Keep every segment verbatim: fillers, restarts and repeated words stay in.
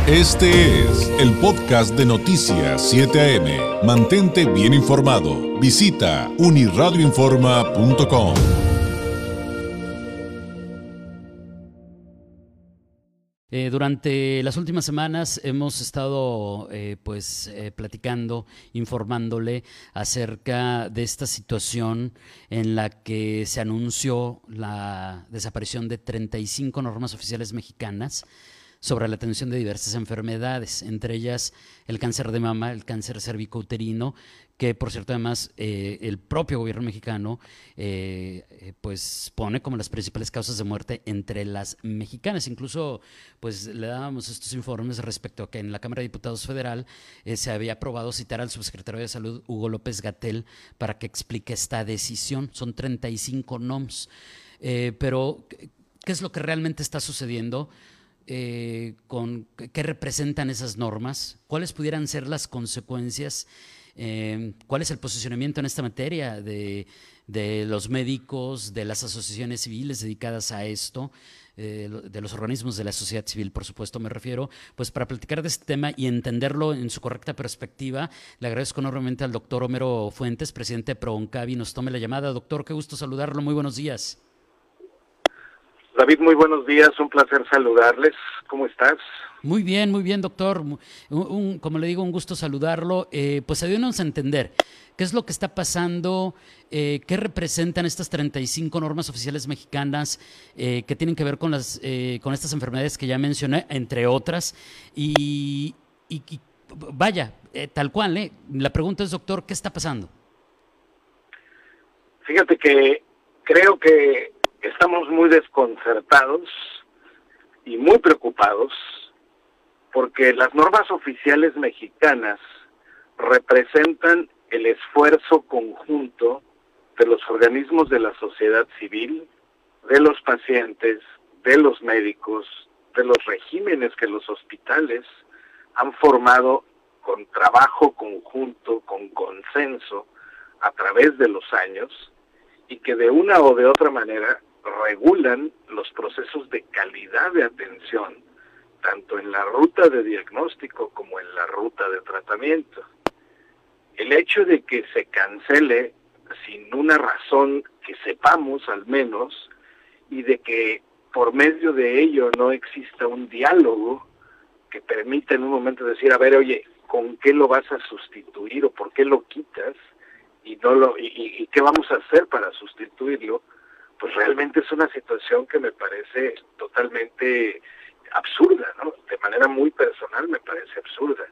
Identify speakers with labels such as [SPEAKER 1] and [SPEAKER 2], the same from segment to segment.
[SPEAKER 1] Este es el podcast de Noticias siete A M. Mantente bien informado. Visita uniradioinforma punto com.
[SPEAKER 2] Eh, durante las últimas semanas hemos estado eh, pues eh, platicando, informándole acerca de esta situación en la que se anunció la desaparición de treinta y cinco normas oficiales mexicanas sobre la atención de diversas enfermedades, entre ellas el cáncer de mama, el cáncer cervicouterino, que por cierto además eh, el propio gobierno mexicano eh, eh, pues pone como las principales causas de muerte entre las mexicanas. Incluso pues le dábamos estos informes respecto a que en la Cámara de Diputados Federal eh, se había aprobado citar al subsecretario de Salud, Hugo López-Gatell, para que explique esta decisión. Son treinta y cinco N O M S. Eh, pero, ¿qué es lo que realmente está sucediendo? Eh, con qué representan esas normas, cuáles pudieran ser las consecuencias, eh, cuál es el posicionamiento en esta materia de, de los médicos, de las asociaciones civiles dedicadas a esto, eh, de los organismos de la sociedad civil, por supuesto me refiero. Pues para platicar de este tema y entenderlo en su correcta perspectiva, le agradezco enormemente al doctor Homero Fuentes, presidente de ProOncavi, nos tome la llamada. Doctor, qué gusto saludarlo, muy buenos días.
[SPEAKER 3] David, muy buenos días, un placer saludarles. ¿Cómo estás?
[SPEAKER 2] Muy bien, muy bien, doctor. Un, un, como le digo, un gusto saludarlo. Eh, pues ayúdenos a entender qué es lo que está pasando, eh, qué representan estas treinta y cinco normas oficiales mexicanas eh, que tienen que ver con, las, eh, con estas enfermedades que ya mencioné, entre otras. Y, y, y vaya, eh, tal cual, eh, la pregunta es, doctor, ¿qué está pasando?
[SPEAKER 3] Fíjate que creo que estamos muy desconcertados y muy preocupados porque las normas oficiales mexicanas representan el esfuerzo conjunto de los organismos de la sociedad civil, de los pacientes, de los médicos, de los regímenes que los hospitales han formado con trabajo conjunto, con consenso a través de los años, y que de una o de otra manera regulan los procesos de calidad de atención, tanto en la ruta de diagnóstico como en la ruta de tratamiento. El hecho de que se cancele sin una razón que sepamos al menos, y de que por medio de ello no exista un diálogo que permita en un momento decir, a ver, oye, ¿con qué lo vas a sustituir o por qué lo quitas? y no lo y, y, y qué vamos a hacer para sustituirlo, pues realmente es una situación que me parece totalmente absurda, ¿no? De manera muy personal me parece absurda.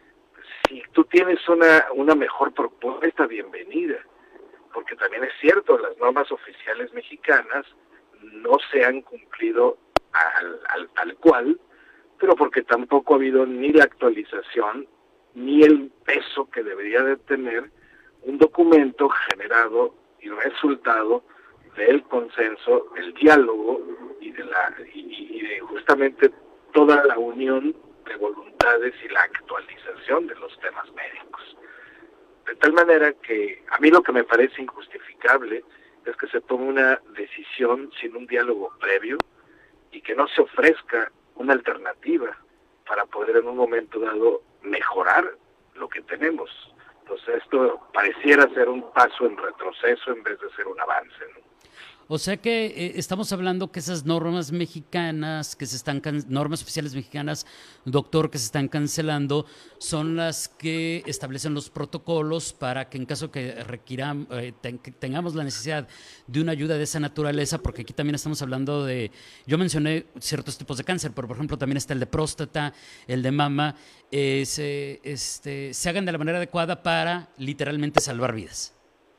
[SPEAKER 3] Si tú tienes una, una mejor propuesta, bienvenida, porque también es cierto, las normas oficiales mexicanas no se han cumplido al, al tal cual, pero porque tampoco ha habido ni la actualización, ni el peso que debería de tener un documento generado y resultado del consenso, del diálogo y de la y, y de justamente toda la unión de voluntades y la actualización de los temas médicos. De tal manera que a mí lo que me parece injustificable es que se tome una decisión sin un diálogo previo y que no se ofrezca una alternativa para poder en un momento dado mejorar lo que tenemos. Entonces esto pareciera ser un paso en retroceso en vez de ser un avance, ¿no?
[SPEAKER 2] O sea que eh, estamos hablando que esas normas mexicanas, que se están can- normas oficiales mexicanas, doctor, que se están cancelando, son las que establecen los protocolos para que en caso que requiram, eh, ten- que tengamos la necesidad de una ayuda de esa naturaleza, porque aquí también estamos hablando de, yo mencioné ciertos tipos de cáncer, pero por ejemplo también está el de próstata, el de mama, eh, se, este, se hagan de la manera adecuada para literalmente salvar vidas.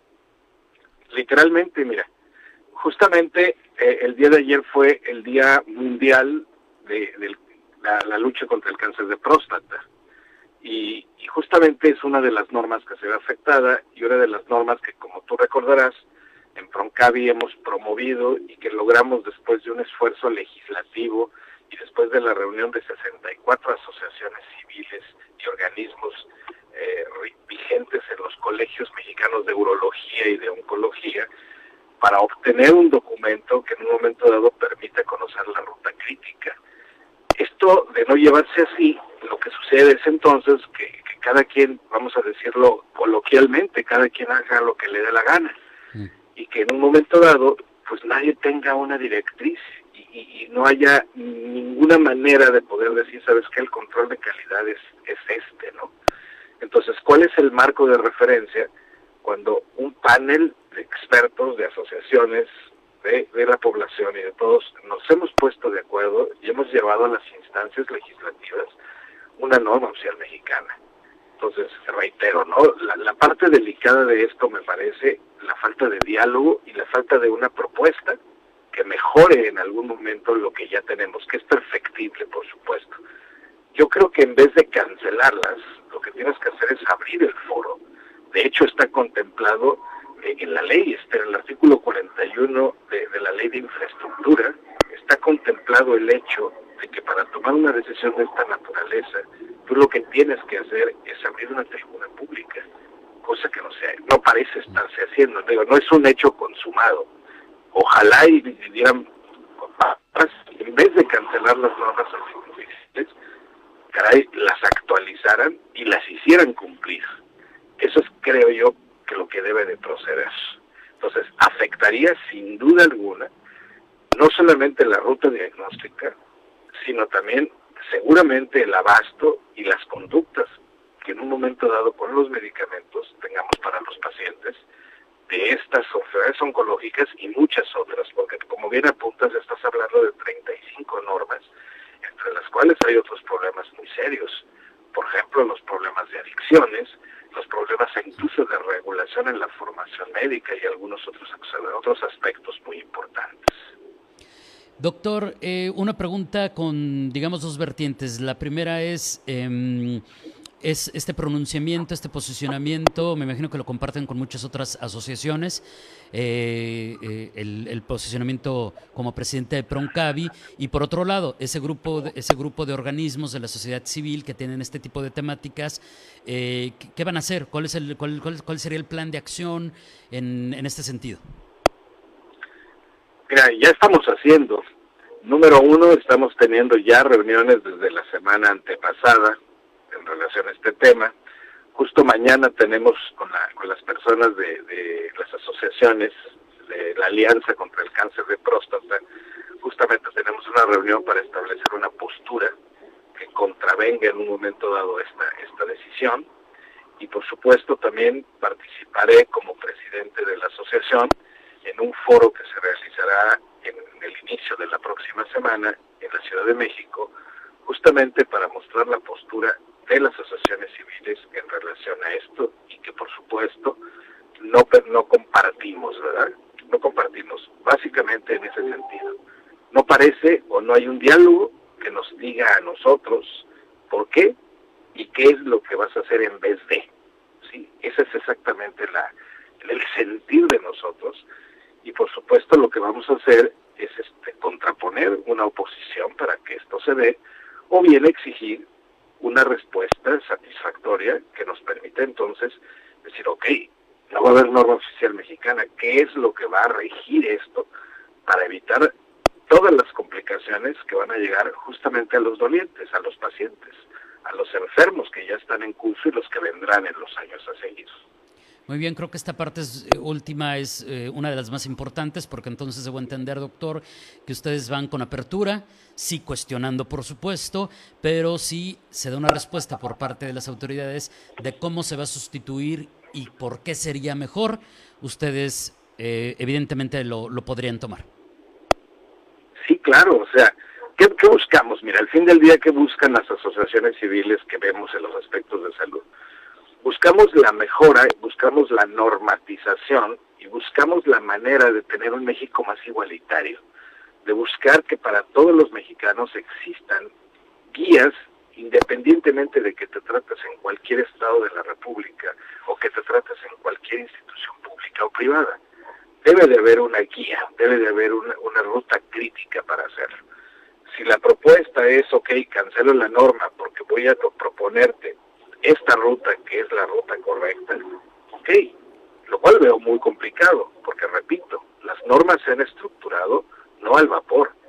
[SPEAKER 3] Literalmente, mira. Justamente eh, el día de ayer fue el Día Mundial de, de la, la lucha contra el cáncer de próstata y, y justamente es una de las normas que se ve afectada y una de las normas que, como tú recordarás, en ProOncavi hemos promovido y que logramos después de un esfuerzo legislativo y después de la reunión de sesenta y cuatro asociaciones civiles y organismos eh, vigentes en los colegios mexicanos de urología y de oncología, para obtener un documento que en un momento dado permita conocer la ruta crítica. Esto de no llevarse así, lo que sucede es entonces que, que cada quien, vamos a decirlo coloquialmente, cada quien haga lo que le dé la gana, mm. y que en un momento dado, pues nadie tenga una directriz y, y, y no haya ninguna manera de poder decir, ¿sabes qué? El control de calidad es, es este, ¿no? Entonces, ¿cuál es el marco de referencia cuando un panel de expertos, de asociaciones, de, de la población y de todos nos hemos puesto de acuerdo y hemos llevado a las instancias legislativas una norma oficial mexicana? Entonces, reitero, ¿no? La, la parte delicada de esto me parece la falta de diálogo y la falta de una propuesta que mejore en algún momento lo que ya tenemos, que es perfectible, por supuesto. Yo creo que en vez de cancelarlas, lo que tienes que hacer es abrir el foro. De hecho, está contemplado eh, en la ley, está en el artículo cuarenta y uno de, de la Ley de Infraestructura, está contemplado el hecho de que para tomar una decisión de esta naturaleza, tú lo que tienes que hacer es abrir una tribuna pública, cosa que no se, no parece estarse haciendo. Digo, no es un hecho consumado. Ojalá y dieran, en vez de cancelar las normas oficiales, caray, las actualizaran y las hicieran cumplir. Eso es, creo yo, que lo que debe de proceder. Entonces, afectaría sin duda alguna, no solamente la ruta diagnóstica, sino también seguramente el abasto y las conductas que en un momento dado con los medicamentos tengamos para los pacientes de estas enfermedades oncológicas y muchas otras, porque como bien apuntas, estás hablando de treinta y cinco normas, entre las cuales hay otros problemas muy serios. Por ejemplo, los problemas de adicciones, los problemas incluso de regulación en la formación médica y algunos otros, otros aspectos muy importantes.
[SPEAKER 2] Doctor, eh, una pregunta con, digamos, dos vertientes. La primera es, eh, es este pronunciamiento, este posicionamiento, me imagino que lo comparten con muchas otras asociaciones, eh, eh, el, el posicionamiento como presidente de Proncavi, y por otro lado, ese grupo, de, ese grupo de organismos de la sociedad civil que tienen este tipo de temáticas, eh, ¿qué, ¿qué van a hacer? ¿Cuál es el, cuál, cuál, cuál sería el plan de acción en, en este sentido?
[SPEAKER 3] Mira, ya estamos haciendo. Número uno, estamos teniendo ya reuniones desde la semana antepasada en relación a este tema. Justo mañana tenemos con, la, con las personas de, de las asociaciones de la Alianza contra el Cáncer de Próstata, justamente tenemos una reunión para establecer una postura que contravenga en un momento dado esta, esta decisión. Y por supuesto también participaré como presidente de la asociación en un foro que se realizará en el inicio de la próxima semana en la Ciudad de México, justamente para mostrar la postura de las asociaciones civiles en relación a esto y que por supuesto no, no compartimos, ¿verdad? No compartimos, básicamente en ese sentido. No parece o no hay un diálogo que nos diga a nosotros por qué y qué es lo que vas a hacer en vez de. ¿Sí? Ese es exactamente la, el sentir de nosotros. Y por supuesto lo que vamos a hacer es este, contraponer una oposición para que esto se dé, o bien exigir una respuesta satisfactoria que nos permita entonces decir, ok, no va a haber norma oficial mexicana, ¿qué es lo que va a regir esto para evitar todas las complicaciones que van a llegar justamente a los dolientes, a los pacientes, a los enfermos que ya están en curso y los que vendrán en los años a seguir?
[SPEAKER 2] Muy bien, creo que esta parte es, eh, última es eh, una de las más importantes, porque entonces debo entender, doctor, que ustedes van con apertura, sí cuestionando, por supuesto, pero sí se da una respuesta por parte de las autoridades de cómo se va a sustituir y por qué sería mejor. Ustedes eh, evidentemente lo, lo podrían tomar.
[SPEAKER 3] Sí, claro, o sea, ¿qué, ¿qué buscamos? Mira, al fin del día, ¿qué buscan las asociaciones civiles que vemos en los aspectos de salud? Buscamos la mejora, buscamos la normatización y buscamos la manera de tener un México más igualitario, de buscar que para todos los mexicanos existan guías, independientemente de que te trates en cualquier estado de la República o que te trates en cualquier institución pública o privada. Debe de haber una guía, debe de haber una, una ruta crítica para hacerlo. Si la propuesta es, ok, cancelo la norma porque voy a proponerte esta ruta que es la ruta correcta, ok, lo cual veo muy complicado, porque repito, las normas se han estructurado no al vapor, ha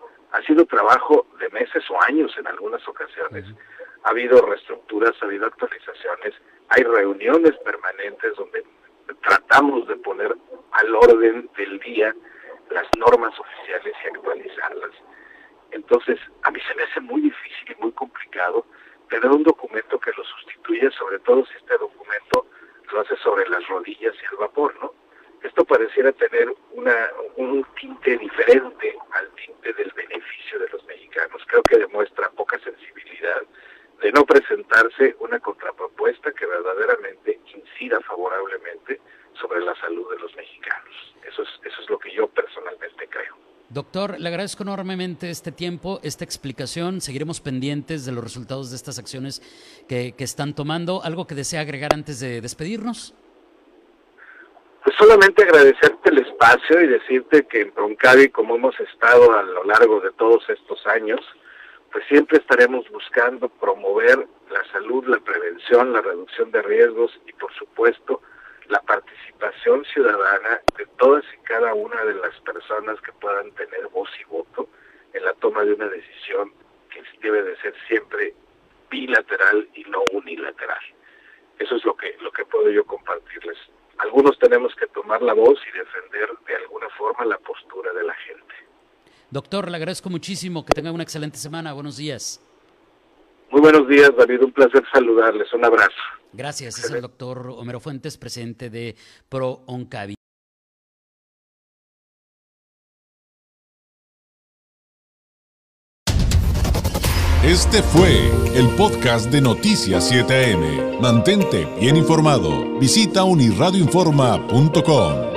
[SPEAKER 3] ha sido trabajo de meses o años en algunas ocasiones. Uh-huh. Ha habido reestructuras, ha habido actualizaciones, hay reuniones permanentes donde tratamos de poner al orden del día las normas oficiales y actualizarlas. Entonces, a mí se me hace muy difícil y muy complicado tener un documento que lo sustituya, sobre todo si este documento lo hace sobre las rodillas y al vapor, ¿no? Esto pareciera tener una un tinte diferente al tinte del beneficio de los mexicanos. Creo que demuestra poca sensibilidad de no presentarse una contrapropuesta que verdaderamente incida favorablemente sobre la salud de los mexicanos. Eso es, eso es lo que yo personalmente creo.
[SPEAKER 2] Doctor, le agradezco enormemente este tiempo, esta explicación. Seguiremos pendientes de los resultados de estas acciones que, que están tomando. ¿Algo que desea agregar antes de despedirnos?
[SPEAKER 3] Pues solamente agradecerte el espacio y decirte que en Proncavi, como hemos estado a lo largo de todos estos años, pues siempre estaremos buscando promover la salud, la prevención, la reducción de riesgos y, por supuesto, la participación ciudadana de todas y cada una de las personas que puedan tener voz y voto en la toma de una decisión que debe de ser siempre bilateral y no unilateral. Eso es lo que lo que puedo yo compartirles. Algunos tenemos que tomar la voz y defender de alguna forma la postura de la gente.
[SPEAKER 2] Doctor, le agradezco muchísimo, que tenga una excelente semana. Buenos días.
[SPEAKER 3] Muy buenos días, David. Un placer saludarles. Un abrazo.
[SPEAKER 2] Gracias. Es el doctor Homero Fuentes, presidente de Proncavi.
[SPEAKER 1] Este fue el podcast de Noticias siete A M. Mantente bien informado. Visita unirradioinforma punto com.